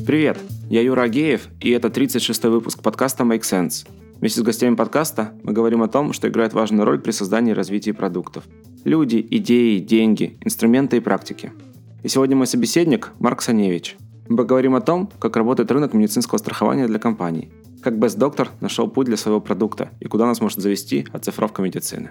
Привет, я Юра Агеев, и это 36-й выпуск подкаста Make Sense. Вместе с гостями подкаста мы говорим о том, что играет важную роль при создании и развитии продуктов. Люди, идеи, деньги, инструменты и практики. И сегодня мой собеседник Марк Саневич. Мы поговорим о том, как работает рынок медицинского страхования для компаний, как Best Doctor нашел путь для своего продукта и куда нас может завести оцифровка медицины.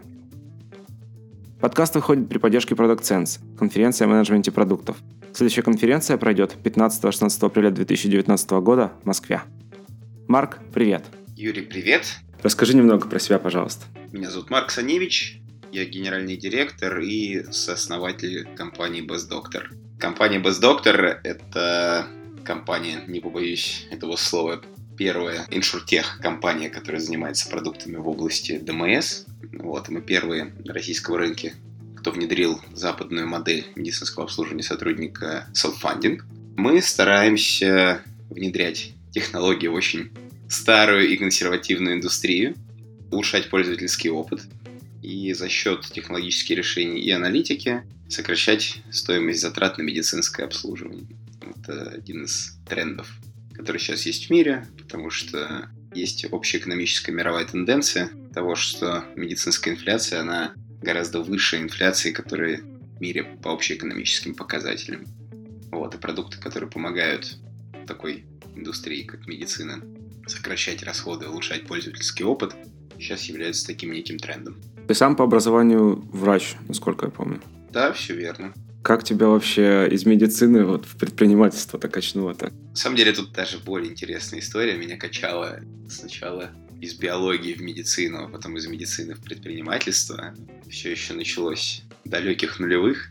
Подкаст выходит при поддержке Product Sense, конференция о менеджменте продуктов. Следующая конференция пройдет 15-16 апреля 2019 года в Москве. Марк, привет. Юрий, привет. Расскажи немного про себя, пожалуйста. Меня зовут Марк Саневич, я генеральный директор и сооснователь компании Best Doctor. Компания Best Doctor – это компания, не побоюсь этого слова, первая иншуртех-компания, которая занимается продуктами в области ДМС. Мы первые на российском рынке, кто внедрил западную модель медицинского обслуживания сотрудника self-funding. Мы стараемся внедрять технологии в очень старую и консервативную индустрию, улучшать пользовательский опыт и за счет технологических решений и аналитики сокращать стоимость затрат на медицинское обслуживание. Это один из трендов, который сейчас есть в мире, потому что есть общая экономическая мировая тенденция того, что медицинская инфляция, она гораздо выше инфляции, которая в мире по общеэкономическим показателям. И продукты, которые помогают такой индустрии, как медицина, сокращать расходы, улучшать пользовательский опыт, сейчас являются таким неким трендом. Ты сам по образованию врач, насколько я помню. Да, все верно. Как тебя вообще из медицины в предпринимательство-то качнуло-то? На самом деле тут даже более интересная история. Меня качало сначала из биологии в медицину, а потом из медицины в предпринимательство. Все еще началось в далеких нулевых.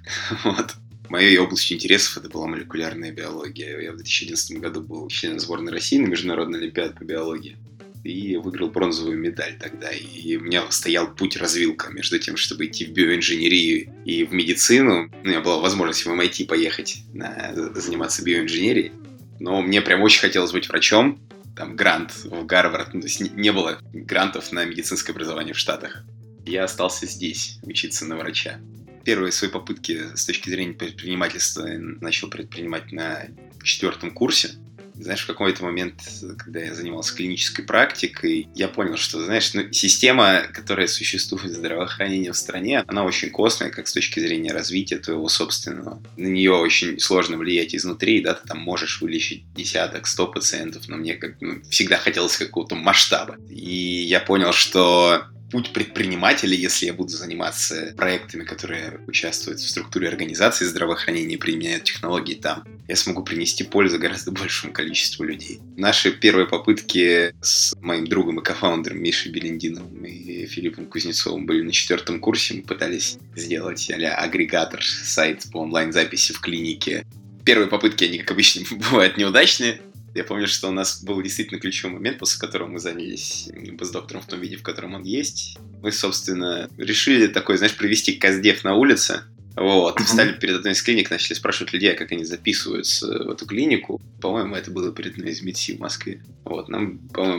Моей областью интересов это была молекулярная биология. Я в 2011 году был членом сборной России на Международной олимпиаде по биологии и выиграл бронзовую медаль тогда. И у меня стоял путь-развилка между тем, чтобы идти в биоинженерию и в медицину. У меня была возможность в MIT поехать заниматься биоинженерией. Но мне прям очень хотелось быть врачом. Там грант в Гарвард. То есть не было грантов на медицинское образование в Штатах. Я остался здесь учиться на врача. Первые свои попытки с точки зрения предпринимательства я начал предпринимать на 4-м курсе. Знаешь, в какой-то момент, когда я занимался клинической практикой, я понял, что, система, которая существует в здравоохранении в стране, она очень костная, как с точки зрения развития твоего собственного. На нее очень сложно влиять изнутри, да, ты там можешь вылечить 10-100 пациентов, но мне всегда хотелось какого-то масштаба. И я понял, что путь предпринимателя, если я буду заниматься проектами, которые участвуют в структуре организации здравоохранения и применяют технологии там, я смогу принести пользу гораздо большему количеству людей. Наши первые попытки с моим другом и кофаундером Мишей Белендиновым и Филиппом Кузнецовым были на 4-м курсе. Мы пытались сделать агрегатор, сайт по онлайн-записи в клинике. Первые попытки, они, как обычно, бывают неудачные. Я помню, что у нас был действительно ключевой момент, после которого мы занялись Best Doctor в том виде, в котором он есть. Мы, собственно, решили провести каздев на улице. Встали перед одной из клиник, начали спрашивать людей, как они записываются в эту клинику. По-моему, это было перед одной из МИДСИ в Москве. Нам, по-моему,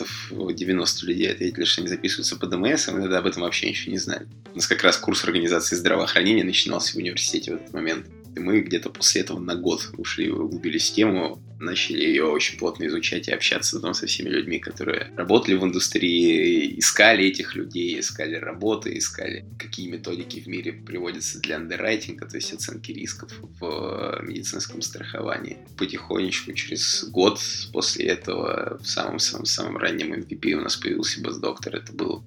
90% людей ответили, что они записываются по ДМС, а мы тогда об этом вообще ничего не знали. У нас как раз курс организации здравоохранения начинался в университете в этот момент. И мы где-то после этого на год ушли, углубились в тему, начали ее очень плотно изучать и общаться потом со всеми людьми, которые работали в индустрии, искали этих людей, искали работы, искали, какие методики в мире приводятся для андеррайтинга, то есть оценки рисков в медицинском страховании. Потихонечку, через год после этого, в самом раннем MVP у нас появился Best Doctor, это был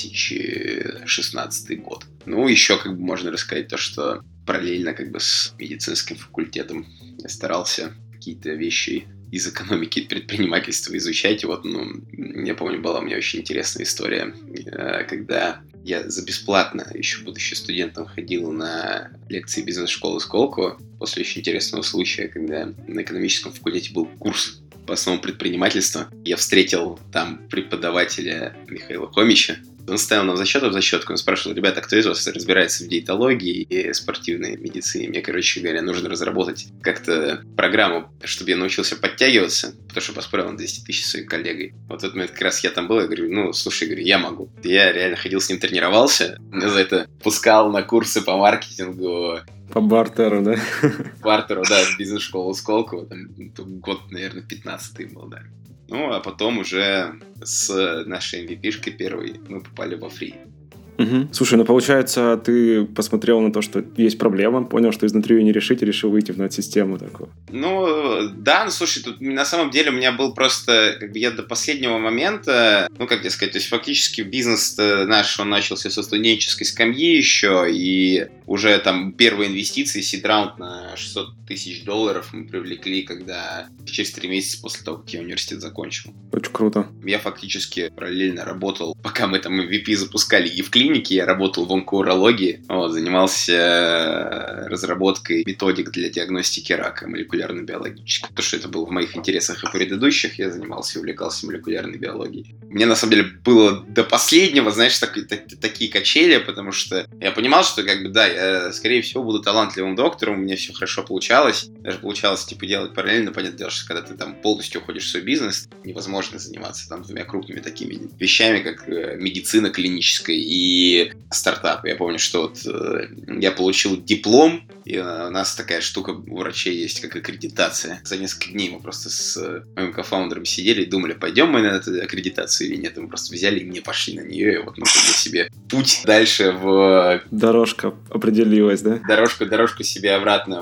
2016 год. Еще можно рассказать то, что параллельно с медицинским факультетом я старался какие-то вещи из экономики и предпринимательства изучать. Я помню, была у меня очень интересная история, когда я за бесплатно, еще будучи студентом, ходил на лекции бизнес-школы Сколково после очень интересного случая, когда на экономическом факультете был курс по основам предпринимательства. Я встретил там преподавателя Михаила Хомича. Он ставил нам зачетку, он спрашивал: ребята, кто из вас разбирается в диетологии и спортивной медицине? Мне, нужно разработать как-то программу, чтобы я научился подтягиваться, потому что поспорил на 200 тысяч с своей коллегой. В этот момент как раз я там был, я говорю, слушай, я могу. Я реально ходил с ним, тренировался, за это пускал на курсы по маркетингу, По бартеру, да? Бартеру, да, в бизнес-школу Сколково, там год, наверное, 15-й был, да. Ну, а потом уже с нашей MVP-шкой первой мы попали во фри. Угу. Слушай, получается, ты посмотрел на то, что есть проблема, понял, что изнутри ее не решить, и решил выйти в надсистему такую. Да, слушай, тут на самом деле у меня был просто, я до последнего момента, как тебе сказать, то есть фактически бизнес наш, он начался со студенческой скамьи еще, и уже там первые инвестиции, сид-раунд на $600 тысяч мы привлекли, когда через 3 месяца после того, как я университет закончил. Очень круто. Я фактически параллельно работал, пока мы там MVP запускали, и в клинике я работал в онкоурологии, занимался разработкой методик для диагностики рака молекулярно-биологических. То, что это было в моих интересах и предыдущих, я занимался и увлекался молекулярной биологией. Мне, на самом деле, было до последнего, знаешь, такие качели, потому что я понимал, что, я, скорее всего, буду талантливым доктором, у меня все хорошо получалось. Даже получалось, делать параллельно. Понятное дело, что когда ты там полностью уходишь в свой бизнес, невозможно заниматься там 2 крупными такими вещами, как медицина клиническая и стартап. Я помню, что я получил диплом, и у нас такая штука у врачей есть, как аккредитация. За несколько дней мы просто с моим кофаундером сидели и думали, пойдем мы на эту аккредитацию или нет. И мы просто взяли и не пошли на нее, и себе путь дальше в... Дорожка определилась, да? Дорожку себе обратно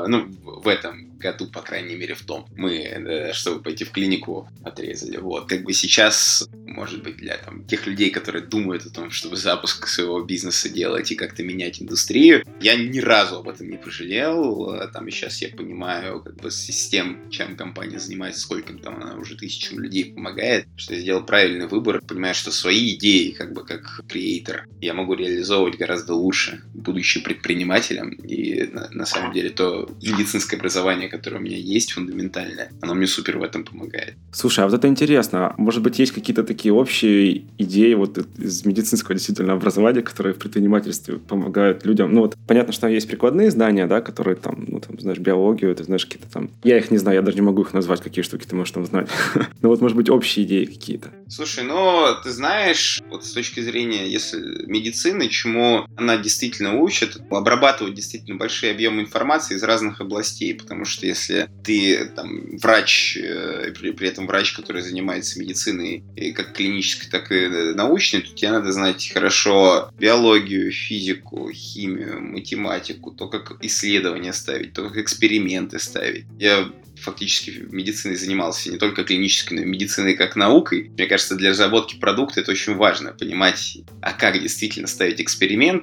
в этом году, по крайней мере, в том. Мы, чтобы пойти в клинику, отрезали. Сейчас, может быть, для тех людей, которые думают о том, чтобы запуск своего бизнеса делать и как-то менять индустрию, я ни разу об этом не пожалел. И сейчас я понимаю, с тем, чем компания занимается, сколько там она уже 1000 людей помогает, что я сделал правильный выбор, понимаю, что свои идеи, как креатор, я могу реализовывать гораздо лучше, будучи предпринимателем. И на самом деле то медицинское образование, которое у меня есть, фундаментальное, оно мне супер в этом помогает. Слушай, а это интересно. Может быть, есть какие-то такие общие идеи из медицинского действительно образования, которые в предпринимательстве помогают людям? Понятно, что есть прикладные знания, да, которые знаешь, биологию, ты знаешь какие-то там... Я их не знаю, я даже не могу их назвать, какие штуки ты можешь там знать. Может быть, общие идеи какие-то. Слушай, ты знаешь, с точки зрения медицины, чему она действительно учит, обрабатывать действительно большие объемы информации из разных областей, потому что если ты врач, при этом врач, который занимается медициной и как клинической, так и научной, то тебе надо знать хорошо биологию, физику, химию, математику, то, как исследования ставить, то, как эксперименты ставить. Я фактически медициной занимался не только клинической, но и медициной как наукой. Мне кажется, для разработки продукта это очень важно, понимать, как действительно ставить эксперимент,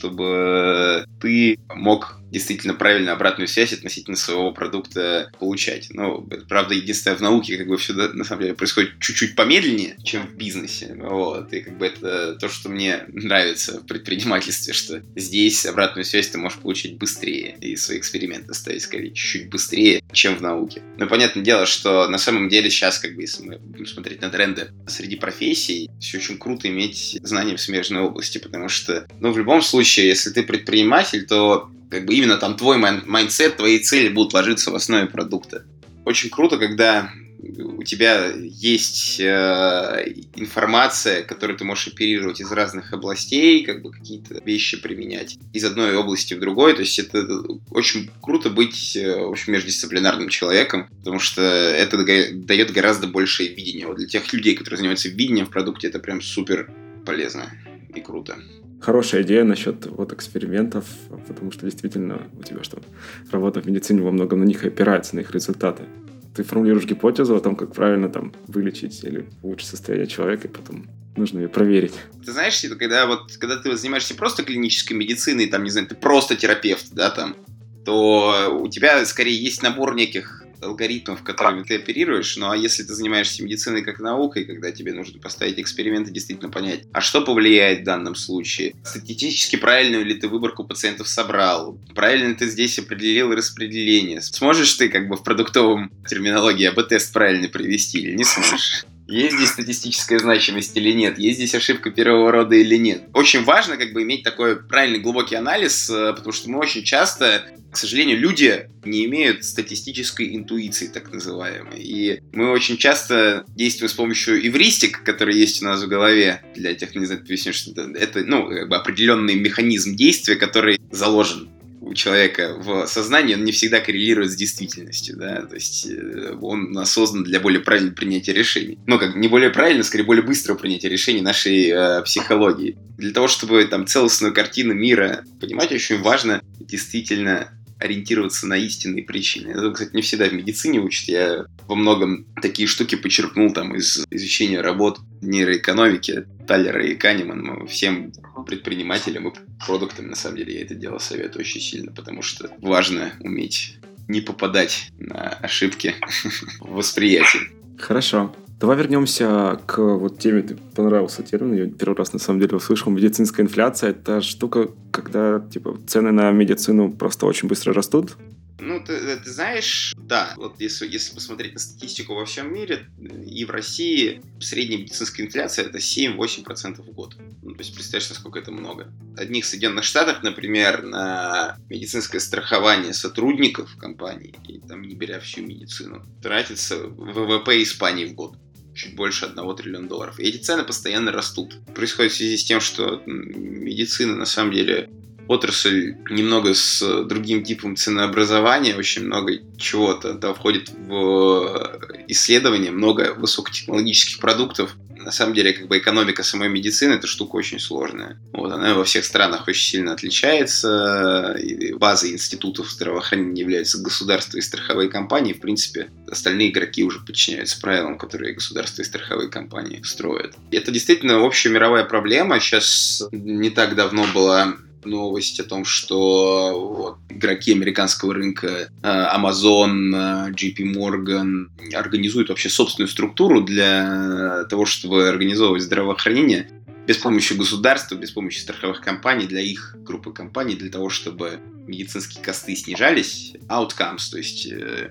чтобы ты мог действительно правильную обратную связь относительно своего продукта получать. Правда, единственное, в науке все на самом деле происходит чуть-чуть помедленнее, чем в бизнесе. И это то, что мне нравится в предпринимательстве, что здесь обратную связь ты можешь получить быстрее и свои эксперименты ставить, скорее, чуть-чуть быстрее, чем в науке. Понятное дело, что на самом деле сейчас, если мы будем смотреть на тренды среди профессий, все очень круто иметь знания в смежной области, потому что, в любом случае, если ты предприниматель, то именно твой майндсет, твои цели будут ложиться в основе продукта. Очень круто, когда у тебя есть информация, которую ты можешь оперировать из разных областей, какие-то вещи применять из одной области в другой. То есть это очень круто быть очень междисциплинарным человеком, потому что это дает гораздо большее видение. Для тех людей, которые занимаются видением в продукте, это прям супер полезно и круто. Хорошая идея насчет экспериментов, потому что действительно у тебя работа в медицине во многом на них опирается, на их результаты. Ты формулируешь гипотезу о том, как правильно вылечить или улучшить состояние человека, и потом нужно ее проверить. Ты знаешь, когда ты занимаешься просто клинической медициной, ты просто терапевт, то у тебя скорее есть набор неких алгоритмов, которыми ты оперируешь, а если ты занимаешься медициной как наукой, когда тебе нужно поставить эксперименты, действительно понять, а что повлияет в данном случае, статистически правильную ли ты выборку пациентов собрал, правильно ты здесь определил распределение, сможешь ты в продуктовом терминологии АБ-тест правильно привести или не сможешь? Есть здесь статистическая значимость или нет? Есть здесь ошибка первого рода или нет? Очень важно иметь такой правильный глубокий анализ, потому что мы очень часто, к сожалению, люди не имеют статистической интуиции, так называемой. И мы очень часто действуем с помощью эвристик, который есть у нас в голове. Для тех, кто не знает, поясню, что это определенный механизм действия, который заложен у человека в сознании, он не всегда коррелирует с действительностью, да, то есть он создан для более правильного принятия решений. Ну, как не более правильно, скорее более быстрого принятия решений нашей психологии. Для того, чтобы там целостную картину мира понимать, очень важно действительно ориентироваться на истинные причины. Это, кстати, не всегда в медицине учат. Я во многом такие штуки почерпнул там из изучения работ нейроэкономики Таллера и Канемана. Всем предпринимателям и продуктам, на самом деле, я это дело советую очень сильно, потому что важно уметь не попадать на ошибки в восприятии. Хорошо. Давай вернемся к вот теме, ты понравился термин, я первый раз на самом деле услышал, медицинская инфляция. Это штука, когда типа цены на медицину просто очень быстро растут. Ну, ты знаешь, да, вот если посмотреть на статистику во всем мире, и в России средняя медицинская инфляция это 7-8% в год. Ну, то есть, представляешь, насколько это много. В одних Соединенных Штатах, например, на медицинское страхование сотрудников компаний, и там не беря всю медицину, тратится ВВП Испании в год. Чуть больше $1 триллиона. И эти цены постоянно растут. Происходит в связи с тем, что медицина, на самом деле, отрасль немного с другим типом ценообразования, очень много чего-то входит в исследования, много высокотехнологических продуктов. На самом деле, как бы экономика самой медицины, эта штука очень сложная. Вот, она во всех странах очень сильно отличается. И базой институтов здравоохранения являются государства и страховые компании. В принципе, остальные игроки уже подчиняются правилам, которые государства и страховые компании строят. И это действительно общая мировая проблема. Сейчас не так давно была новость о том, что вот, игроки американского рынка Amazon, JP Morgan организуют вообще собственную структуру для того, чтобы организовывать здравоохранение без помощи государства, без помощи страховых компаний, для их группы компаний, для того, чтобы медицинские косты снижались, outcomes, то есть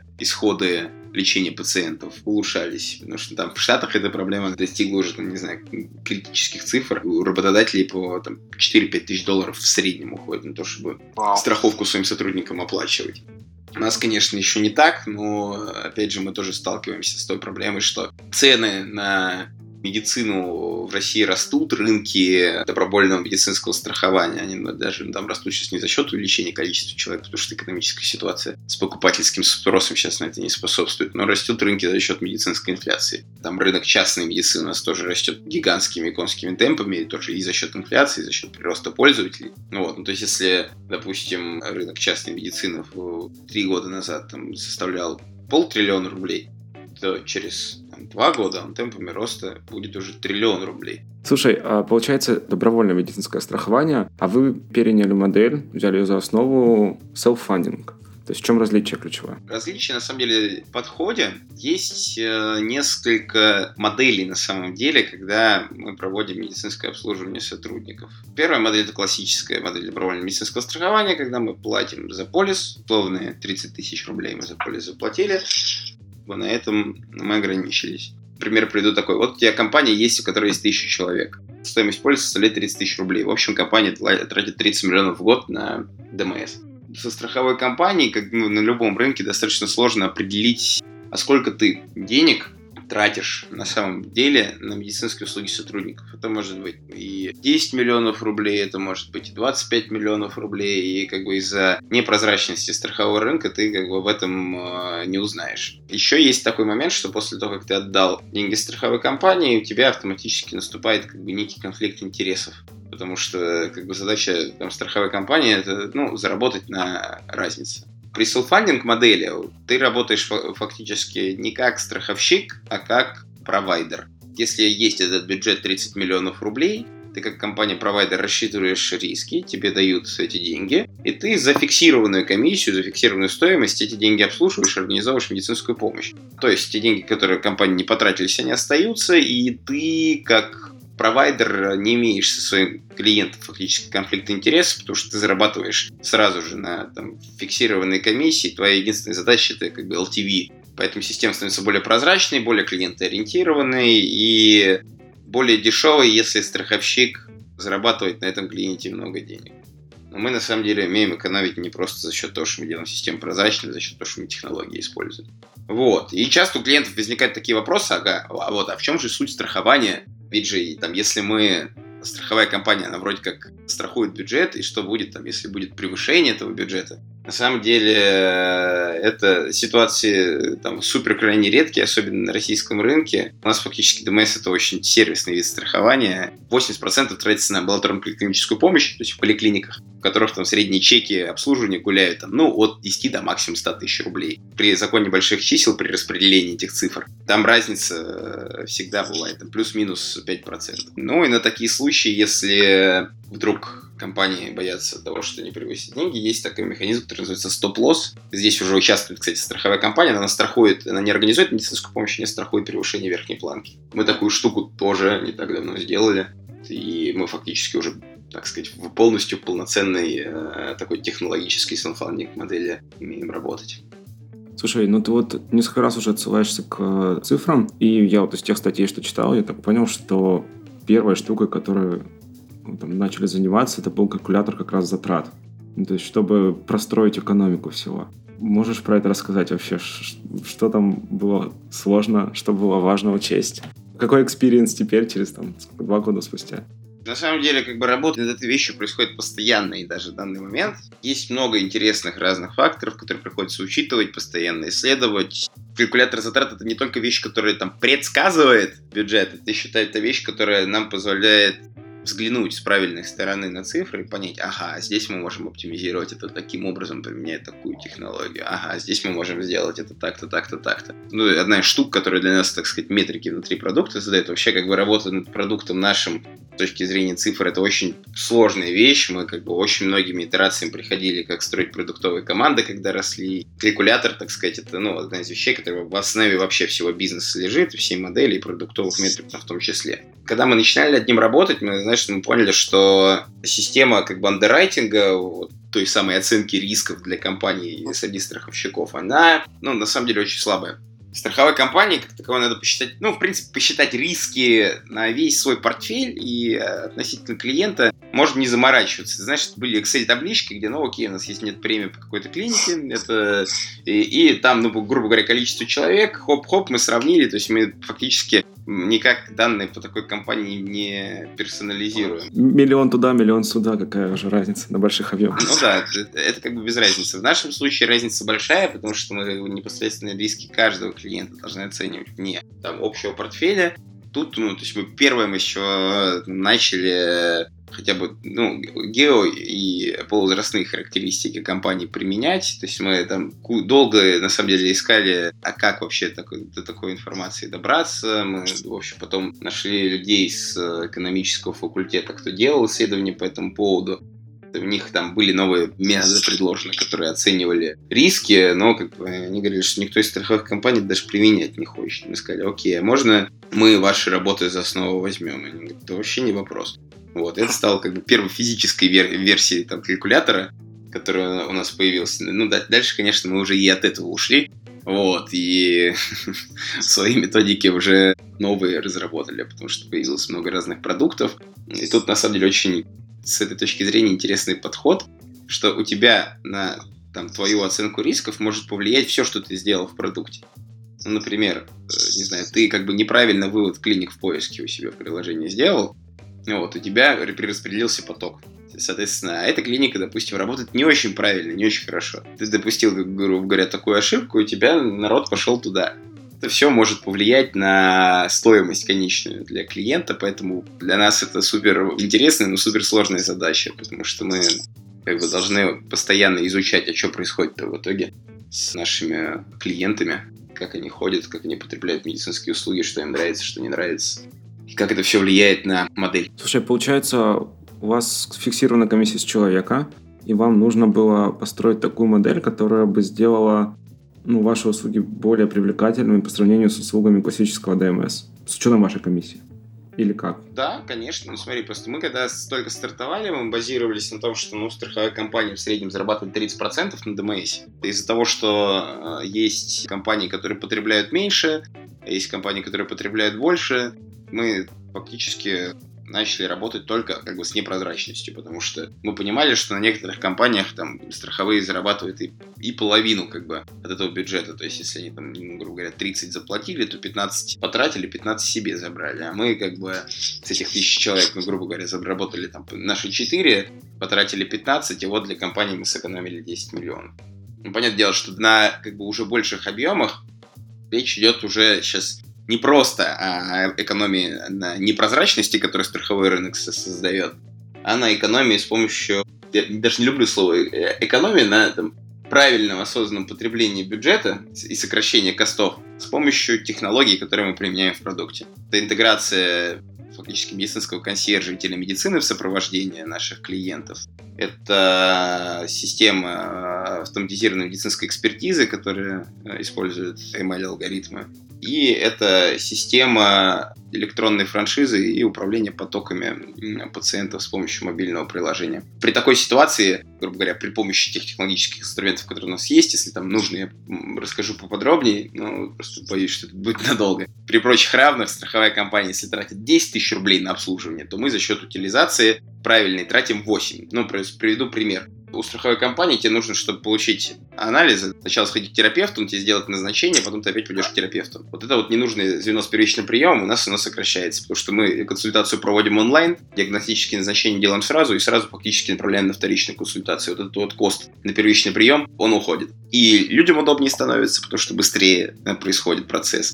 исходы лечения пациентов улучшались. Потому что там в Штатах эта проблема достигла уже, там, не знаю, критических цифр. У работодателей по там, 4-5 тысяч долларов в среднем уходит на то, чтобы страховку своим сотрудникам оплачивать. У нас, конечно, еще не так, но, опять же, мы тоже сталкиваемся с той проблемой, что цены на медицину в России растут, рынки добровольного медицинского страхования, они даже там растут сейчас не за счет увеличения количества человек, потому что экономическая ситуация с покупательским спросом сейчас на это не способствует, но растут рынки за счет медицинской инфляции. Там рынок частной медицины у нас тоже растет гигантскими конскими темпами, тоже и за счет инфляции, и за счет прироста пользователей. Ну, то есть, если, допустим, рынок частной медицины 3 года назад там составлял $500 billion рублей, то через 2 года он темпами роста будет уже $1 триллион. Слушай, а получается добровольное медицинское страхование, а вы переняли модель, взяли ее за основу self-funding. То есть в чем различие ключевое? Различие, на самом деле, в подходе. Есть несколько моделей, на самом деле, когда мы проводим медицинское обслуживание сотрудников. Первая модель – это классическая модель добровольного медицинского страхования, когда мы платим за полис, условные 30 тысяч рублей мы за полис заплатили. На этом мы ограничились. Пример приведу такой. Вот у тебя компания есть, у которой есть 1000 человек. Стоимость полиса составляет 30 тысяч рублей. В общем, компания тратит 30 миллионов в год на ДМС. Со страховой компанией, как на любом рынке, достаточно сложно определить, а сколько ты денег тратишь на самом деле на медицинские услуги сотрудников. Это может быть и 10 миллионов рублей, это может быть и 25 миллионов рублей, и как бы из-за непрозрачности страхового рынка ты как бы в этом не узнаешь. Еще есть такой момент, что после того, как ты отдал деньги страховой компании, у тебя автоматически наступает как бы некий конфликт интересов. Потому что как бы задача там, страховой компании это заработать на разнице. При self-funding модели ты работаешь фактически не как страховщик, а как провайдер. Если есть этот бюджет 30 миллионов рублей, ты как компания-провайдер рассчитываешь риски, тебе дают эти деньги, и ты за фиксированную комиссию, за фиксированную стоимость эти деньги обслуживаешь и организовываешь медицинскую помощь. То есть те деньги, которые компания не потратились, они остаются, и ты как провайдер не имеешь со своим клиентом фактически конфликта интересов, потому что ты зарабатываешь сразу же на фиксированной комиссии, твоя единственная задача это как бы LTV. Поэтому система становится более прозрачной, более клиентоориентированной и более дешевой, если страховщик зарабатывает на этом клиенте много денег. Но мы на самом деле умеем экономить не просто за счет того, что мы делаем систему прозрачной, за счет того, что мы технологии используем. Вот. И часто у клиентов возникают такие вопросы, а в чем же суть страхования? Ведь же, если мы страховая компания, она вроде как страхует бюджет, и что будет там, если будет превышение этого бюджета. На самом деле, это ситуации там супер крайне редкие, особенно на российском рынке. У нас фактически ДМС — это очень сервисный вид страхования. 80% тратится на амбулаторную клиническую помощь, то есть в поликлиниках, в которых там средние чеки обслуживания гуляют там, от 10 до максимум 100 тысяч рублей. При законе больших чисел, при распределении этих цифр, там разница всегда бывает, там плюс-минус 5%. И на такие случаи, если вдруг компании боятся того, что не превысят деньги, есть такой механизм, который называется стоп-лосс. Здесь уже участвует, кстати, страховая компания, она не организует медицинскую помощь, не страхует превышение верхней планки. Мы такую штуку тоже не так давно сделали, и мы фактически уже, так сказать, в полностью полноценной такой технологической селф-фандинг модели умеем работать. Слушай, ты вот несколько раз уже отсылаешься к цифрам, и я вот из тех статей, что читал, я так понял, что первая штука, которую там начали заниматься, это был калькулятор как раз затрат. То есть, чтобы простроить экономику всего. Можешь про это рассказать вообще? Что там было сложно, что было важно учесть? Какой экспириенс теперь, через 2 года спустя? На самом деле, работа над этой вещью происходит постоянно, и даже в данный момент есть много интересных разных факторов, которые приходится учитывать, постоянно исследовать. Калькулятор затрат — это не только вещь, которая предсказывает бюджет, это еще та вещь, которая нам позволяет взглянуть с правильной стороны на цифры и понять, здесь мы можем оптимизировать это таким образом, применять такую технологию, здесь мы можем сделать это так-то, так-то, так-то. Одна из штук, которая для нас, так сказать, метрики внутри продукта задает, вообще работа над продуктом нашим с точки зрения цифр, это очень сложная вещь. Мы очень многими итерациями приходили, как строить продуктовые команды, когда росли. Калькулятор, так сказать, это одна из вещей, которая в основе вообще всего бизнеса лежит, всей модели и продуктовых метрик в том числе. Когда мы начинали над ним работать, мы поняли, что система андеррайтинга, той самой оценки рисков для компаний среди страховщиков, она, на самом деле, очень слабая. Страховой компании, как таковой, надо посчитать, в принципе, посчитать риски на весь свой портфель и относительно клиента можно не заморачиваться. Знаешь, были Excel-таблички, где, у нас есть нет премии по какой-то клинике, это, и там, грубо говоря, количество человек, хоп-хоп, мы сравнили, то есть мы фактически никак данные по такой компании не персонализируем. Миллион туда, миллион сюда, какая уже разница на больших объемах? Это без разницы. В нашем случае разница большая, потому что мы непосредственно риски каждого клиента должны оценивать вне общего портфеля. Тут, то есть мы еще начали хотя бы гео и полувозрастные характеристики компании применять. То есть мы долго, на самом деле, искали, как вообще до такой информации добраться. Мы, в общем, потом нашли людей с экономического факультета, кто делал исследования по этому поводу. У них были новые методы предложены, которые оценивали риски, но они говорили, что никто из страховых компаний даже применять не хочет. Мы сказали, окей, можно мы ваши работы за основу возьмем? Они говорят, это вообще не вопрос. Это стало первой физической версией калькулятора, которая у нас появилась. Дальше, конечно, мы уже и от этого ушли. И свои методики уже новые разработали, потому что появилось много разных продуктов. И тут, на самом деле, очень с этой точки зрения интересный подход, что у тебя на твою оценку рисков может повлиять все, что ты сделал в продукте. Например, не знаю, ты неправильно вывод клиник в поиске у себя в приложении сделал, у тебя перераспределился поток. Соответственно, эта клиника, допустим, работает не очень правильно, не очень хорошо. Ты допустил, грубо говоря, такую ошибку, и у тебя народ пошел туда. Это все может повлиять на стоимость конечную для клиента, поэтому для нас это супер интересная, но супер сложная задача, потому что мы должны постоянно изучать, что происходит в итоге с нашими клиентами, как они ходят, как они потребляют медицинские услуги, что им нравится, что не нравится, и как это все влияет на модель. Слушай, получается, у вас фиксирована комиссия с человека, и вам нужно было построить такую модель, которая бы сделала ваши услуги более привлекательными по сравнению с услугами классического ДМС, с учетом вашей комиссии. Или как? Да, конечно. Смотри, просто мы когда только стартовали, мы базировались на том, что страховая компания в среднем зарабатывает 30% на ДМС. Из-за того, что есть компании, которые потребляют меньше, есть компании, которые потребляют больше, мы фактически начали работать только как бы с непрозрачностью, потому что мы понимали, что на некоторых компаниях там страховые зарабатывают и половину как бы от этого бюджета. То есть, если они там, грубо говоря, 30 заплатили, то 15 потратили, 15 себе забрали. А мы как бы с этих 1000 человек, ну, грубо говоря, заработали там наши 4, потратили 15, и вот для компании мы сэкономили 10 миллионов. Ну, понятное дело, что на как бы уже больших объемах речь идет уже сейчас не просто о экономии на непрозрачности, которую страховой рынок создает, а на экономии с помощью, я даже не люблю слово экономия, на там, правильном осознанном потреблении бюджета и сокращении костов с помощью технологий, которые мы применяем в продукте. Это интеграция фактически медицинского консьержа и телемедицины в сопровождении наших клиентов. Это система автоматизированной медицинской экспертизы, которая использует ML-алгоритмы. И это система электронной франшизы и управления потоками пациентов с помощью мобильного приложения. При такой ситуации, грубо говоря, при помощи тех технологических инструментов, которые у нас есть, если там нужно, я расскажу поподробнее, но просто боюсь, что это будет надолго. При прочих равных страховая компания, если тратит 10 тысяч рублей на обслуживание, то мы за счет утилизации правильной тратим 8. Ну, приведу пример. У страховой компании тебе нужно, чтобы получить анализы, сначала сходить к терапевту, он тебе сделает назначение, потом ты опять пойдешь к терапевту. Вот это вот ненужное звено с первичным приемом у нас оно сокращается, потому что мы консультацию проводим онлайн, диагностические назначения делаем сразу и сразу фактически направляем на вторичную консультацию. Вот этот вот кост на первичный прием, он уходит. И людям удобнее становится, потому что быстрее происходит процесс.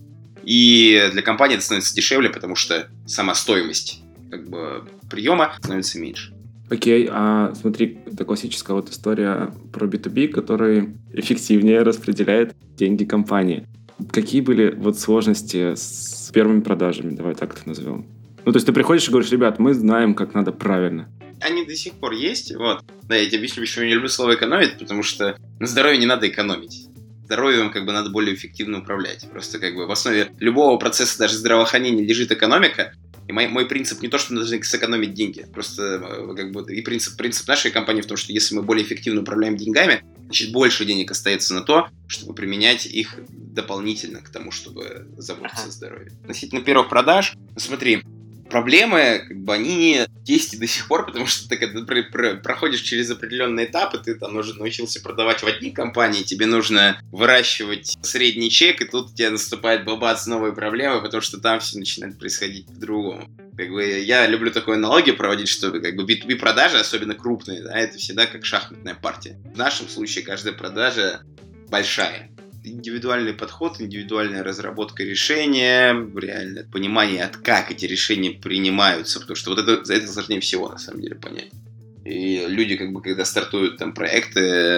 И для компании это становится дешевле, потому что сама стоимость как бы приема становится меньше. Окей, а смотри, это классическая вот история про B2B, который эффективнее распределяет деньги компании. Какие были вот сложности с первыми продажами, давай так это назовем? Ну, то есть ты приходишь и говоришь, ребят, мы знаем, как надо правильно. Они до сих пор есть, вот. Да, я тебе объясню, почему я не люблю слово экономить, потому что на здоровье не надо экономить. Здоровьем как бы надо более эффективно управлять. Просто как бы в основе любого процесса, даже здравоохранения, лежит экономика. И мой принцип не то, что мы должны сэкономить деньги. Просто как бы и принцип нашей компании в том, что если мы более эффективно управляем деньгами, значит больше денег остается на то, чтобы применять их дополнительно к тому, чтобы заботиться о здоровье. Относительно первых продаж, смотри, проблемы, как бы, они есть и до сих пор, потому что ты когда проходишь через определенные этапы, ты там уже научился продавать в одни компании, тебе нужно выращивать средний чек, и тут у тебя наступает бабац новые проблемы, потому что там все начинает происходить по-другому. Как бы, я люблю такую аналогию проводить, что как бы B2B продажи, особенно крупные, да, это всегда как шахматная партия. В нашем случае каждая продажа большая. Индивидуальный подход, индивидуальная разработка решения, реальное понимание, как эти решения принимаются, потому что вот это сложнее всего, на самом деле, понять. И люди, как бы, когда стартуют там проекты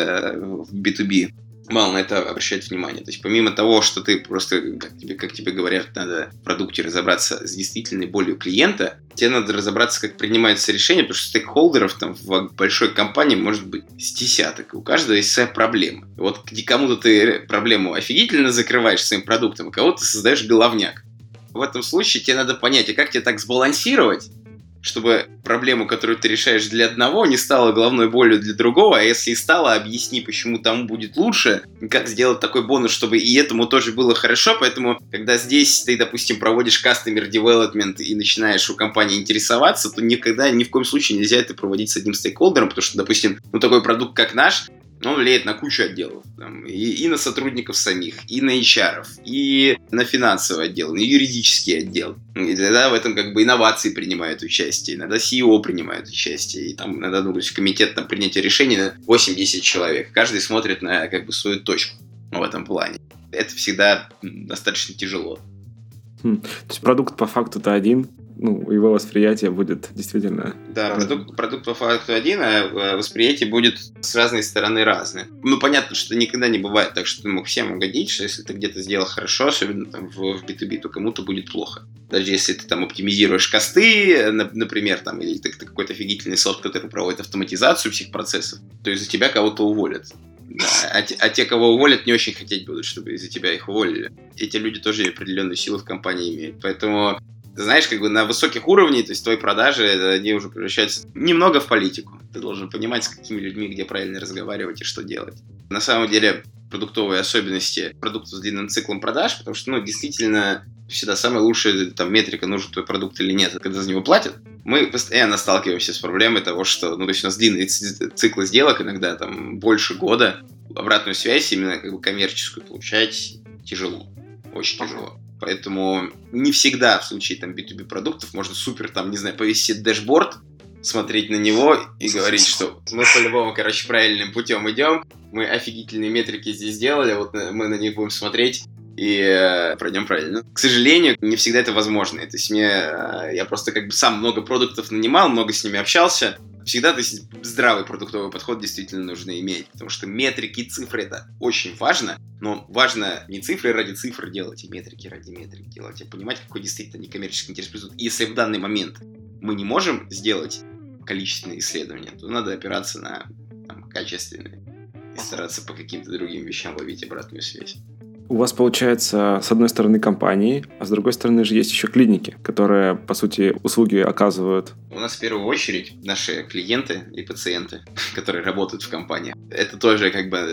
в B2B, мало на это обращают внимание. То есть помимо того, что ты просто, как тебе говорят, надо в продукте разобраться с действительной болью клиента, тебе надо разобраться, как принимаются решения, потому что стейкхолдеров там в большой компании может быть с десяток. У каждого есть своя проблема. И вот кому-то ты проблему офигительно закрываешь своим продуктом, а кого-то создаешь головняк. В этом случае тебе надо понять, а как тебе так сбалансировать, чтобы проблему, которую ты решаешь для одного, не стала головной болью для другого, а если и стала, объясни, почему тому будет лучше, как сделать такой бонус, чтобы и этому тоже было хорошо. Поэтому, когда здесь ты, допустим, проводишь customer development и начинаешь у компании интересоваться, то никогда, ни в коем случае нельзя это проводить с одним стейкхолдером, потому что, допустим, такой продукт, как наш, он влияет на кучу отделов. Там, и на сотрудников самих, и на HR-ов, и на финансовый отдел, на юридический отдел. И тогда в этом как бы инновации принимают участие, иногда CEO принимают участие, и там иногда комитет там, принятия решений на 8-10 человек. Каждый смотрит на как бы свою точку в этом плане. Это всегда достаточно тяжело. То есть продукт по факту-то один, его восприятие будет действительно... Да, продукт по факту один, а восприятие будет с разной стороны разное. Понятно, что никогда не бывает так, что ты мог всем угодить, что если ты где-то сделал хорошо, особенно там в B2B, то кому-то будет плохо. Даже если ты там оптимизируешь косты, например, там, или ты какой-то офигительный софт, который проводит автоматизацию всех процессов, то из-за тебя кого-то уволят. Да, а те, кого уволят, не очень хотеть будут, чтобы из-за тебя их уволили. Эти люди тоже определенную силу в компании имеют. Поэтому, знаешь, как бы на высоких уровнях, то есть твои продажи, они уже превращаются немного в политику. Ты должен понимать, с какими людьми, где правильно разговаривать и что делать. На самом деле, продуктовые особенности продуктов с длинным циклом продаж, потому что, действительно, всегда самая лучшая там, метрика, нужен твой продукт или нет, когда за него платят. Мы постоянно сталкиваемся с проблемой того, что, то есть у нас длинные циклы сделок, иногда там больше года. Обратную связь, именно как бы коммерческую, получать тяжело, очень тяжело. Поэтому не всегда в случае там B2B продуктов можно супер, там, не знаю, повесить дэшборд, смотреть на него и говорить, что мы по-любому, правильным путем идем, мы офигительные метрики здесь сделали, вот мы на них будем смотреть и пройдем правильно. К сожалению, не всегда это возможно. То есть я просто сам много продуктов нанимал, много с ними общался. Всегда, то есть, здравый продуктовый подход действительно нужно иметь, потому что метрики и цифры — это очень важно, но важно не цифры ради цифр делать, и метрики ради метрик делать, а понимать, какой действительно некоммерческий интерес присутствует. И если в данный момент мы не можем сделать количественные исследования, то надо опираться на качественные и стараться по каким-то другим вещам ловить обратную связь. У вас, получается, с одной стороны компании, а с другой стороны же есть еще клиники, которые, по сути, услуги оказывают. У нас в первую очередь наши клиенты и пациенты, которые работают в компании. Это тоже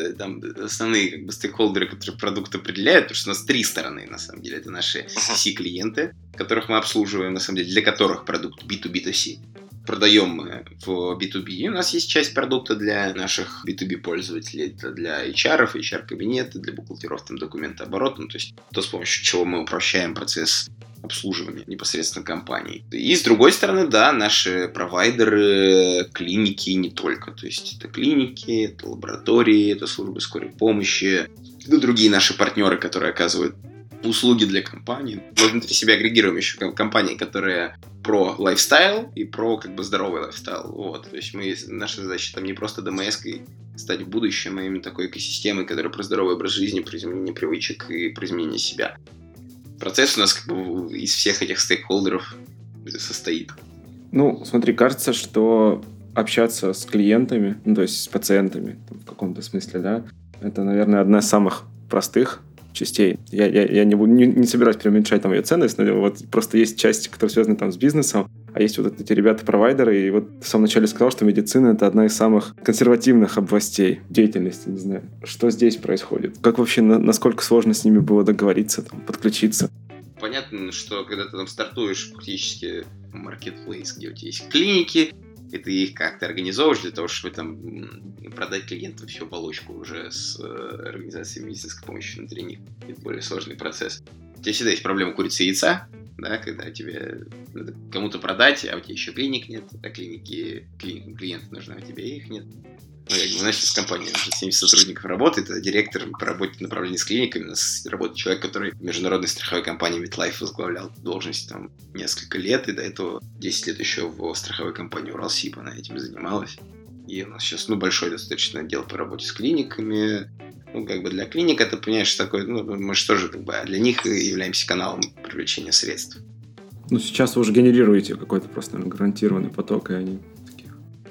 основные стейкхолдеры, которые продукт определяют, потому что у нас 3 стороны, на самом деле. Это наши C-клиенты, которых мы обслуживаем, на самом деле, для которых продукт B2B2C. Продаем мы в B2B, и у нас есть часть продукта для наших B2B пользователей, это для HR, HR-кабинета, для бухгалтеров, документооборот, то есть то, с помощью чего мы упрощаем процесс обслуживания непосредственно компаний. И с другой стороны, да, наши провайдеры, клиники не только, то есть это клиники, это лаборатории, это службы скорой помощи, это другие наши партнеры, которые оказывают услуги для компаний. Мы внутри себя агрегируем еще компании, которые про лайфстайл и про здоровый лайфстайл. Вот. То есть наша задача не просто ДМС-кой стать в будущем, а именно такой экосистемой, которая про здоровый образ жизни, про изменение привычек и про изменение себя. Процесс у нас из всех этих стейкхолдеров состоит. Смотри, кажется, что общаться с клиентами, то есть с пациентами в каком-то смысле, да, это, наверное, одна из самых простых частей. Я не собираюсь преуменьшать ее ценность, но вот просто есть часть, которая связана с бизнесом, а есть вот эти ребята-провайдеры, и вот в самом начале сказал, что медицина — это одна из самых консервативных областей деятельности, не знаю. Что здесь происходит? Как вообще, насколько сложно с ними было договориться, подключиться? Понятно, что когда ты стартуешь фактически маркетплейс, где у тебя есть клиники, и ты их как-то организовываешь для того, чтобы продать клиентам всю оболочку уже с организацией медицинской помощи внутри них. Это более сложный процесс. У тебя всегда есть проблема курицы и яйца, да, когда тебе надо кому-то продать, а у тебя еще клиник нет, а клиникам клиентов нужны, а у тебя их нет. Знаешь, с компанией уже 70 сотрудников работает, а директор по работе направления с клиниками у нас работает человек, который в международной страховой компании MetLife возглавлял должность несколько лет, и до этого 10 лет еще в страховой компании Уралсиб она этим занималась. И у нас сейчас большой достаточно отдел по работе с клиниками. Для клиник это, понимаешь, такой, мы же тоже для них являемся каналом привлечения средств. Сейчас вы уже генерируете какой-то просто гарантированный поток, и они такие.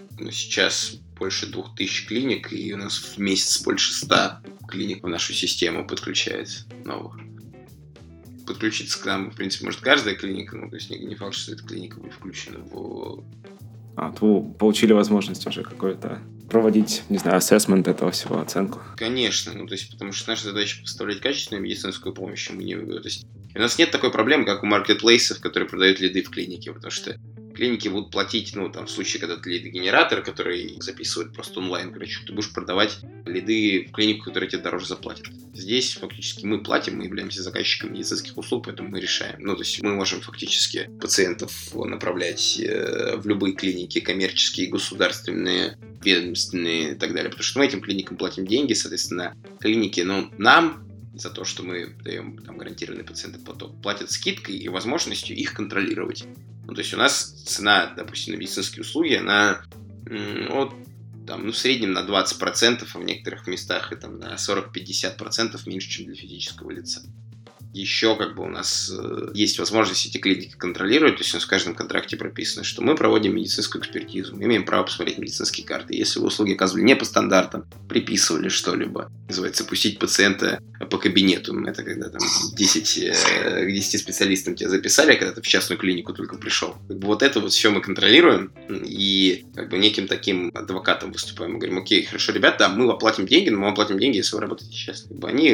Сейчас больше 2000 клиник, и у нас в месяц больше 100 клиник в нашу систему подключается новых. Подключиться к нам, в принципе, может каждая клиника, то есть не факт, что эта клиника будет включена в... вы получили возможность уже какой-то проводить, не знаю, ассессмент этого всего, оценку? Конечно, потому что наша задача поставлять качественную медицинскую помощь. То есть у нас нет такой проблемы, как у маркетплейсов, которые продают лиды в клинике, потому что клиники будут платить, в случае, когда ты лид-генератор, который записывает просто онлайн, ты будешь продавать лиды в клинику, которая тебе дороже заплатит. Здесь фактически мы платим, мы являемся заказчиком медицинских услуг, поэтому мы решаем. То есть мы можем фактически пациентов направлять в любые клиники, коммерческие, государственные, ведомственные и так далее, потому что мы этим клиникам платим деньги, соответственно, клиники, нам за то, что мы даем гарантированный пациентопоток, платят скидкой и возможностью их контролировать. То есть у нас цена, допустим, на медицинские услуги, она в среднем на 20%, а в некоторых местах и на 40-50% меньше, чем для физического лица. Еще у нас есть возможность эти клиники контролировать, то есть у нас в каждом контракте прописано, что мы проводим медицинскую экспертизу, мы имеем право посмотреть медицинские карты. Если вы услуги оказывали не по стандартам, приписывали что-либо, называется пустить пациента по кабинету. Это когда 10 специалистам тебя записали, когда ты в частную клинику только пришел. Вот это все мы контролируем и неким таким адвокатом выступаем. Мы говорим: окей, хорошо, ребята, мы оплатим деньги, но мы оплатим деньги, если вы работаете честно. Они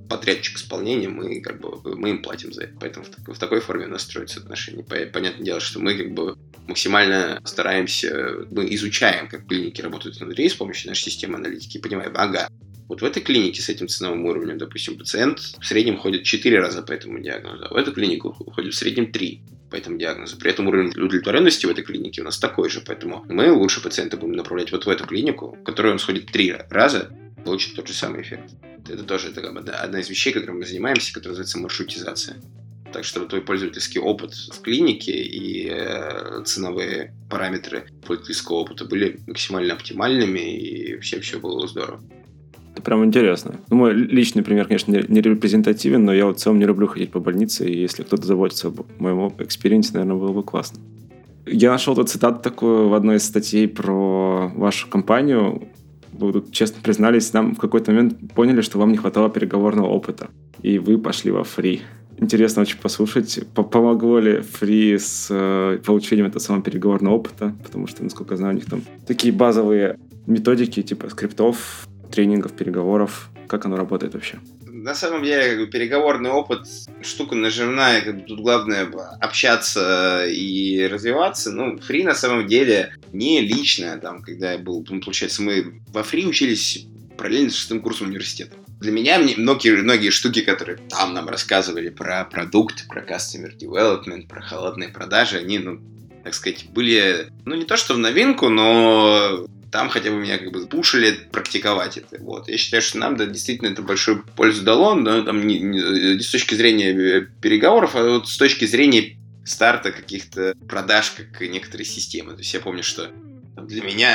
подрядчик исполнения, мы им платим за это. Поэтому в такой форме у нас строятся отношения. Понятное дело, что мы как бы максимально стараемся, мы изучаем, как клиники работают внутри с помощью нашей системы аналитики и понимаем, вот в этой клинике с этим ценовым уровнем, допустим, пациент в среднем ходит 4 раза по этому диагнозу, а в эту клинику ходит в среднем 3 по этому диагнозу. При этом уровень удовлетворенности в этой клинике у нас такой же, поэтому мы лучше пациента будем направлять вот в эту клинику, в которую он сходит 3 раза, получит тот же самый эффект. Это тоже одна из вещей, которой мы занимаемся, которая называется маршрутизация. Так что твой пользовательский опыт в клинике и ценовые параметры пользовательского опыта были максимально оптимальными, и всем все было здорово. Это прям интересно. Мой личный пример, конечно, не репрезентативен, но я вот в целом не люблю ходить по больнице, и если кто-то заботится об моем экспириенсе, наверное, было бы классно. Я нашел тут цитату такую в одной из статей про вашу компанию. Вы тут честно признались, нам в какой-то момент поняли, что вам не хватало переговорного опыта, и вы пошли во фри. Интересно очень послушать, помогло ли фри с получением этого самого переговорного опыта, потому что, насколько я знаю, у них там такие базовые методики, типа скриптов, тренингов, переговоров. Как оно работает вообще? На самом деле, переговорный опыт штука наживная, тут главное общаться и развиваться. Фри на самом деле не лично, когда я был, получается, мы во фри учились параллельно с 6 курсом университета. Для меня многие штуки, которые там нам рассказывали про продукт, про customer development, про холодные продажи, они, так сказать, были, не то что в новинку, но там хотя бы меня пушили практиковать это. Вот. Я считаю, что нам действительно это большую пользу дало, но там не с точки зрения переговоров, а вот с точки зрения старта каких-то продаж, как некоторые системы. То есть я помню, что для меня,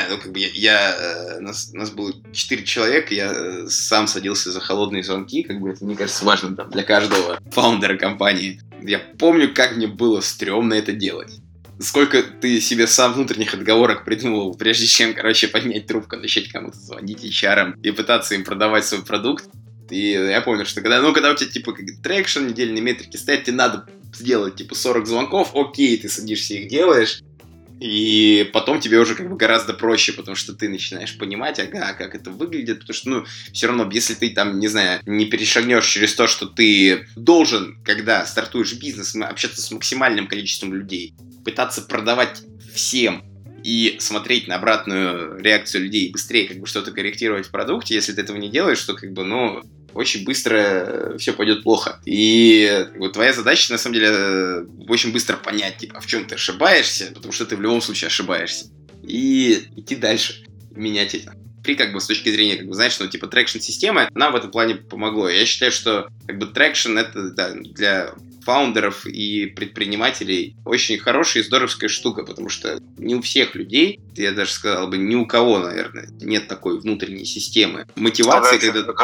нас было 4 человека, я сам садился за холодные звонки, это, мне кажется, важно для каждого фаундера компании. Я помню, как мне было стрёмно это делать. Сколько ты себе сам внутренних отговорок придумывал, прежде чем, поднять трубку, начать кому-то звонить HR и пытаться им продавать свой продукт. И я помню, что когда у тебя, трекшн, недельные метрики стоят, тебе надо сделать, 40 звонков, окей, ты садишься их делаешь, и потом тебе уже гораздо проще, потому что ты начинаешь понимать, как это выглядит, потому что, все равно, если ты не перешагнешь через то, что ты должен, когда стартуешь бизнес, общаться с максимальным количеством людей, пытаться продавать всем и смотреть на обратную реакцию людей, быстрее что-то корректировать в продукте, если ты этого не делаешь, то очень быстро все пойдет плохо. И твоя задача, на самом деле, очень быстро понять, в чем ты ошибаешься, потому что ты в любом случае ошибаешься. И идти дальше, менять это. Фри, с точки зрения, трекшн-системы, нам в этом плане помогло. Я считаю, что, трекшн это, для фаундеров и предпринимателей очень хорошая и здоровская штука, потому что не у всех людей, я даже сказал бы, ни у кого, наверное, нет такой внутренней системы мотивации,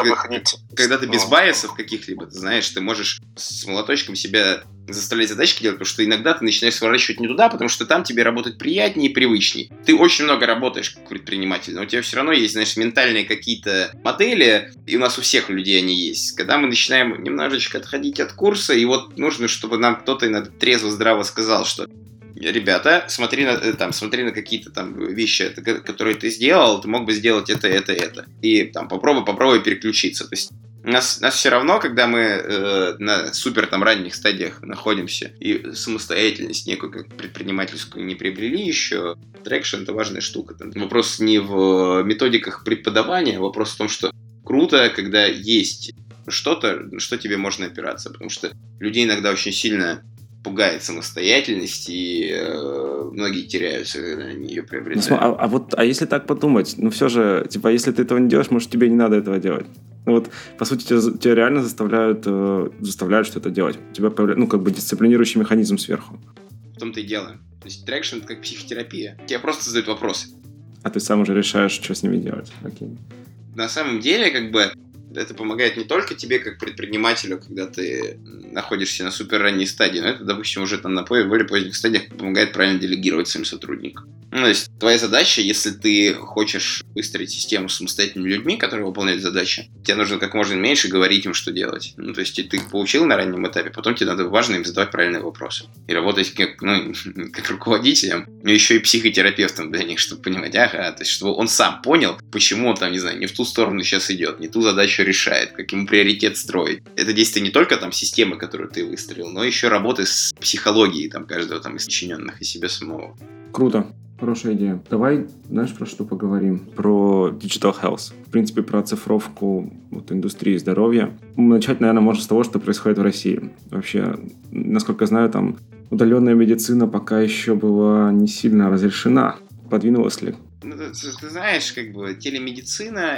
когда ты без байесов каких-либо, ты знаешь, ты можешь с молоточком себя заставлять задачки делать, потому что иногда ты начинаешь сворачивать не туда, потому что там тебе работать приятнее и привычней. Ты очень много работаешь как предприниматель, но у тебя все равно есть, ментальные какие-то модели, и у нас у всех людей они есть. Когда мы начинаем немножечко отходить от курса, и нужно, чтобы нам кто-то иногда трезво-здраво сказал, что ребята, смотри на какие-то вещи, которые ты сделал, ты мог бы сделать это. И попробуй переключиться. То есть нас все равно, когда мы на супер ранних стадиях находимся и самостоятельность некую как предпринимательскую не приобрели еще, трекшн — это важная штука. Вопрос не в методиках преподавания, вопрос в том, что круто, когда есть что-то, на что тебе можно опираться, потому что людей иногда очень сильно пугает самостоятельность, и многие теряются, когда они ее приобретают. А если так подумать, все же, если ты этого не делаешь, может, тебе не надо этого делать. По сути, тебя реально заставляют что-то делать. У тебя появляется, дисциплинирующий механизм сверху. В том-то и дело. То есть трекшн — это как психотерапия. Тебе просто задают вопросы. А ты сам уже решаешь, что с ними делать. Окей. На самом деле, это помогает не только тебе, как предпринимателю, когда ты находишься на супер ранней стадии, но это, допустим, уже на более поздних стадиях помогает правильно делегировать своим сотрудникам. То есть твоя задача, если ты хочешь выстроить систему с самостоятельными людьми, которые выполняют задачи, тебе нужно как можно меньше говорить им, что делать. То есть ты их поучил на раннем этапе, потом тебе важно им задавать правильные вопросы. И работать как руководителем, но еще и психотерапевтом для них, чтобы понимать, то есть чтобы он сам понял, почему он не в ту сторону сейчас идет, не ту задачу что решает, как ему приоритет строить. Это действие не только там системы, которую ты выстроил, но еще работы с психологией там каждого там из подчиненных и себя самого. Круто. Хорошая идея. Давай, знаешь, про что поговорим? Про digital health. В принципе, про оцифровку индустрии здоровья. Начать, наверное, можно с того, что происходит в России. Вообще, насколько я знаю, там удаленная медицина пока еще была не сильно разрешена. Подвинулась ли? Ты знаешь, телемедицина —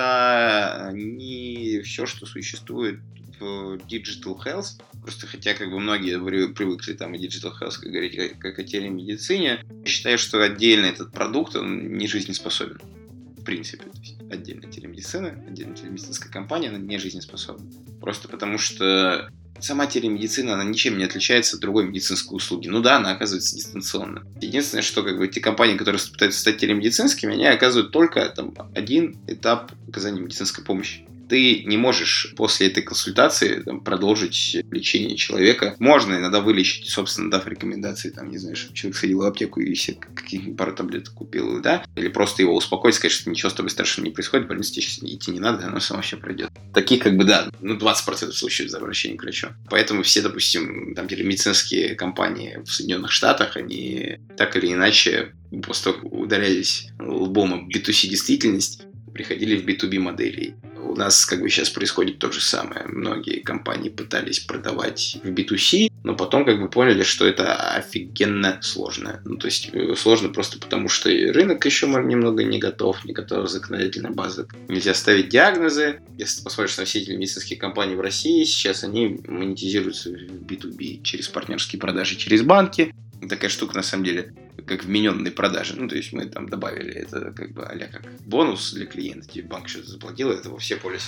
это не все, что существует в Digital Health. Просто хотя многие привыкли там и Digital Health говорить как о телемедицине, я считаю, что отдельно этот продукт, он не жизнеспособен. В принципе. То есть отдельная телемедицина, отдельная телемедицинская компания, она не жизнеспособна. Просто потому что сама телемедицина, она ничем не отличается от другой медицинской услуги. Ну да, она оказывается дистанционно. Единственное, что те компании, которые пытаются стать телемедицинскими, они оказывают только один этап оказания медицинской помощи. Ты не можешь после этой консультации продолжить лечение человека. Можно иногда вылечить, собственно, дав рекомендации, чтобы человек сходил в аптеку и себе каких-нибудь пару таблеток купил, да? Или просто его успокоить, сказать, что ничего с тобой страшного не происходит, в больницу тебе сейчас идти не надо, оно само все пройдет. Таких 20% случаев за обращение к врачу. Поэтому все, допустим, телемедицинские компании в Соединенных Штатах, они так или иначе после того, как ударялись лбом об B2C действительность, приходили в B2B модели. У нас сейчас происходит то же самое. Многие компании пытались продавать в B2C, но потом поняли, что это офигенно сложно. То есть сложно просто потому, что рынок еще немного не готова законодательная база. Нельзя ставить диагнозы. Если ты посмотришь на все телемедицинские компании в России, сейчас они монетизируются в B2B через партнерские продажи, через банки. Такая штука, на самом деле, как вмененные продажи. То есть мы там добавили это а-ля как бонус для клиента. Тебе банк что-то заплатил, это во все полисы,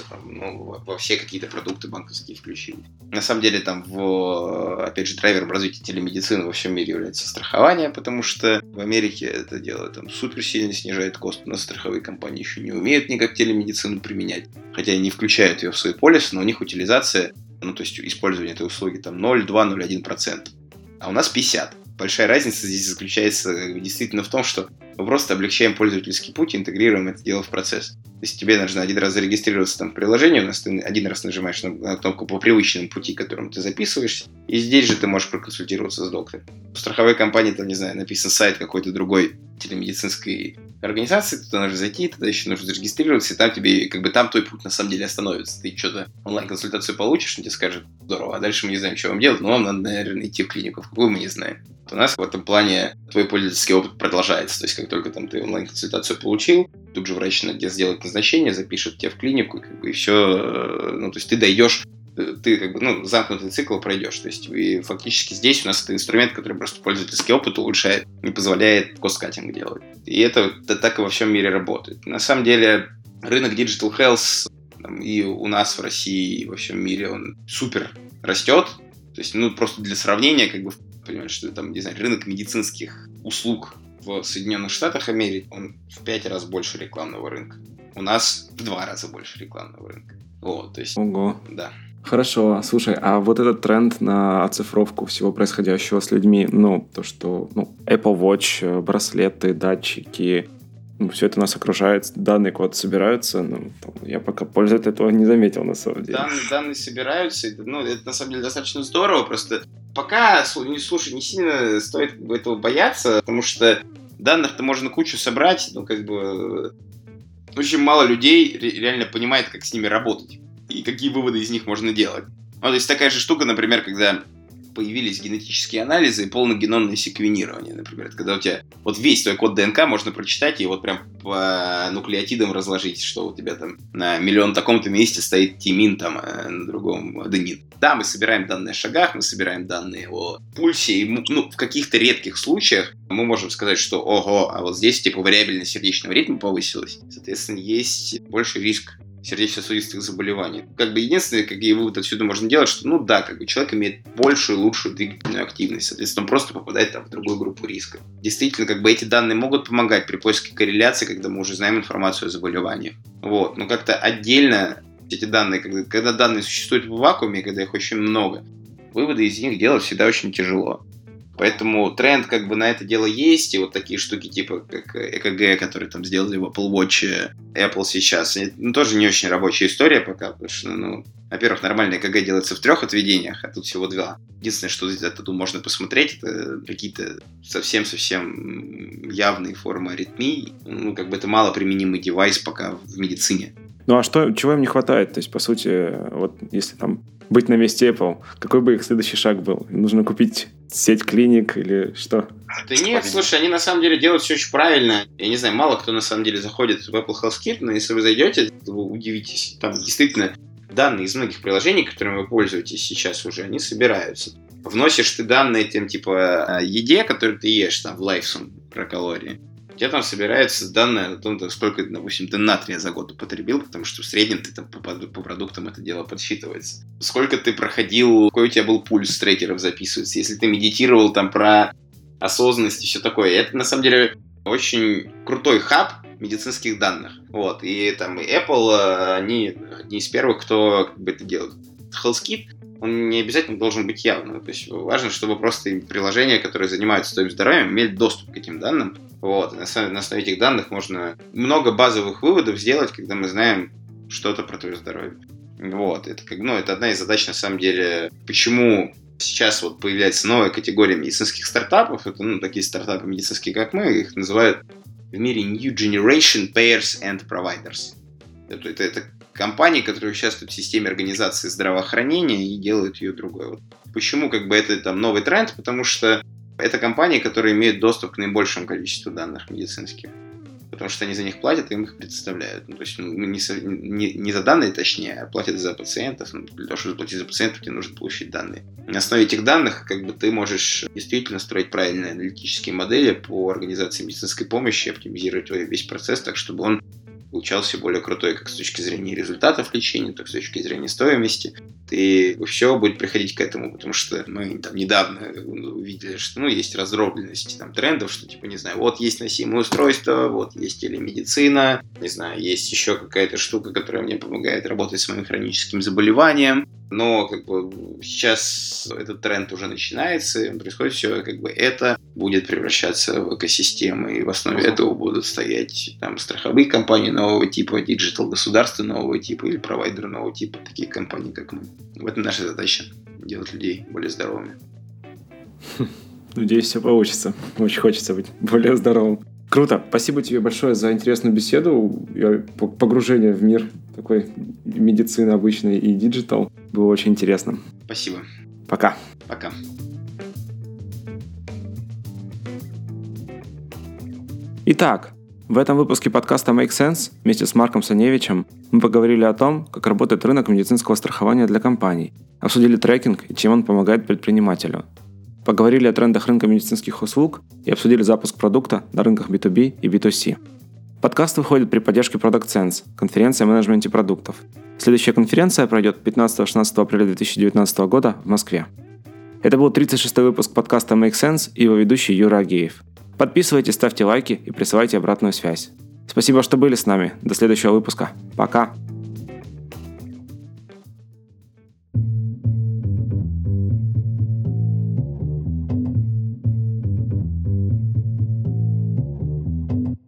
во все какие-то продукты банковские включили. На самом деле, опять же, драйвером развития телемедицины во всем мире является страхование, потому что в Америке это дело супер сильно снижает кост. У нас страховые компании еще не умеют никак телемедицину применять, хотя они включают ее в свои полисы, но у них утилизация, то есть использование этой услуги 0,2-0,1%, а у нас 50%. Большая разница здесь заключается действительно в том, что мы просто облегчаем пользовательский путь и интегрируем это дело в процесс. То есть тебе нужно один раз зарегистрироваться в приложении, у нас ты один раз нажимаешь на кнопку по привычному пути, к которому ты записываешься, и здесь же ты можешь проконсультироваться с доктором. У страховой компании, написан сайт какой-то другой телемедицинской организации, туда нужно зайти, тогда еще нужно зарегистрироваться, и там тебе, там твой путь на самом деле остановится. Ты что-то онлайн-консультацию получишь, он тебе скажет: здорово, а дальше мы не знаем, что вам делать, но вам надо, наверное, идти в клинику, в какую мы не знаем. У нас в этом плане твой пользовательский опыт продолжается. То есть, как только ты онлайн-консультацию получил, тут же врач сделает назначение, запишет тебя в клинику, и все. То есть ты дойдешь, ты замкнутый цикл пройдешь. То есть и фактически здесь у нас это инструмент, который просто пользовательский опыт улучшает и позволяет кост-каттинг делать. И это так и во всем мире работает. На самом деле рынок Digital Health и у нас в России, и во всем мире он супер растет. То есть, просто для сравнения, понимаешь, что рынок медицинских услуг в Соединенных Штатах Америки, он в 5 раз больше рекламного рынка. У нас в 2 раза больше рекламного рынка. То есть... Ого. Да. Хорошо. Слушай, а этот тренд на оцифровку всего происходящего с людьми, то, что Apple Watch, браслеты, датчики, все это нас окружает, данные куда-то собираются, я пока пользы от этого не заметил, на самом деле. Данные собираются, это на самом деле достаточно здорово, просто пока, не сильно стоит этого бояться, потому что данных-то можно кучу собрать, очень мало людей реально понимает, как с ними работать и какие выводы из них можно делать. То есть такая же штука, например, когда появились генетические анализы и полногеномное секвенирование, например. Когда у тебя весь твой код ДНК можно прочитать и прям по нуклеотидам разложить, что у тебя на миллион таком-то месте стоит тимин, на другом аденин. Да, мы собираем данные о шагах, мы собираем данные о пульсе, и в каких-то редких случаях мы можем сказать, что ого, а здесь вариабельность сердечного ритма повысилась. Соответственно, есть больше риск сердечно-сосудистых заболеваний. Единственное, какие выводы отсюда можно делать, что, человек имеет большую, лучшую двигательную активность, соответственно, он просто попадает в другую группу риска. Действительно, эти данные могут помогать при поиске корреляции, когда мы уже знаем информацию о заболеваниях. Но как-то отдельно эти данные, когда данные существуют в вакууме, когда их очень много, выводы из них делать всегда очень тяжело. Поэтому тренд как бы на это дело есть, и вот такие штуки типа как ЭКГ, которые там сделали в Apple Watch, Apple сейчас, тоже не очень рабочая история пока, потому что, во-первых, нормальное ЭКГ делается в 3 отведениях, а тут всего 2. Единственное, что тут можно посмотреть, это какие-то совсем-совсем явные формы аритмий. Как бы это мало применимый девайс пока в медицине. Ну а чего им не хватает? То есть, по сути, вот если там быть на месте Apple, какой бы их следующий шаг был? Им нужно купить сеть клиник или что? Да нет, слушай, они на самом деле делают все очень правильно. Я не знаю, мало кто на самом деле заходит в Apple Healthcare, но если вы зайдете, вы удивитесь. Там действительно данные из многих приложений, которыми вы пользуетесь сейчас уже, они собираются. Вносишь ты данные тем типа о еде, которую ты ешь, там, в Lifesum про калории. У тебя там собираются данные о том, сколько, допустим, ты натрия за год употребил, потому что в среднем ты там по продуктам это дело подсчитывается. Сколько ты проходил, какой у тебя был пульс с трекеров записывается, если ты медитировал там про осознанность и все такое. Это на самом деле очень крутой хаб медицинских данных. Вот. И там и Apple, они одни из первых, кто как бы это делает. HealthKit, он не обязательно должен быть явным. То есть важно, чтобы просто приложения, которые занимаются твоим здоровьем, имели доступ к этим данным. Вот. И на основе этих данных можно много базовых выводов сделать, когда мы знаем что-то про твое здоровье. Вот. Это, это одна из задач, на самом деле, почему сейчас вот появляется новая категория медицинских стартапов. Это такие стартапы медицинские, как мы, их называют в мире New Generation Payers and Providers. Это компании, которые участвуют в системе организации здравоохранения и делают ее другой. Вот. Почему это там новый тренд? Потому что это компании, которые имеют доступ к наибольшему количеству данных медицинских. Потому что они за них платят, и им их предоставляют. То есть не за данные, точнее, а платят за пациентов. Для того, чтобы заплатить за пациентов, тебе нужно получить данные. На основе этих данных ты можешь действительно строить правильные аналитические модели по организации медицинской помощи, оптимизировать весь процесс так, чтобы он получался более крутой как с точки зрения результатов лечения, так и с точки зрения стоимости. И все будет приходить к этому, потому что мы там недавно увидели, что есть раздробленность трендов, что вот есть носимое устройство, вот есть телемедицина, не знаю, есть еще какая-то штука, которая мне помогает работать с моим хроническим заболеванием. Но сейчас этот тренд уже начинается, происходит все, это будет превращаться в экосистемы, и в основе этого будут стоять страховые компании нового типа, диджитал-государства нового типа или провайдеры нового типа, такие компании, как мы. В этом наша задача – делать людей более здоровыми. Надеюсь, все получится. Очень хочется быть более здоровым. Круто. Спасибо тебе большое за интересную беседу. Погружение в мир такой медицины обычной и диджитал было очень интересно. Спасибо. Пока. Пока. Итак, в этом выпуске подкаста Make Sense вместе с Марком Саневичем мы поговорили о том, как работает рынок медицинского страхования для компаний, обсудили трекинг и чем он помогает предпринимателю. Поговорили о трендах рынка медицинских услуг и обсудили запуск продукта на рынках B2B и B2C. Подкаст выходит при поддержке Product Sense, конференция о менеджменте продуктов. Следующая конференция пройдет 15-16 апреля 2019 года в Москве. Это был 36-й выпуск подкаста Make Sense и его ведущий Юра Агеев. Подписывайтесь, ставьте лайки и присылайте обратную связь. Спасибо, что были с нами. До следующего выпуска. Пока!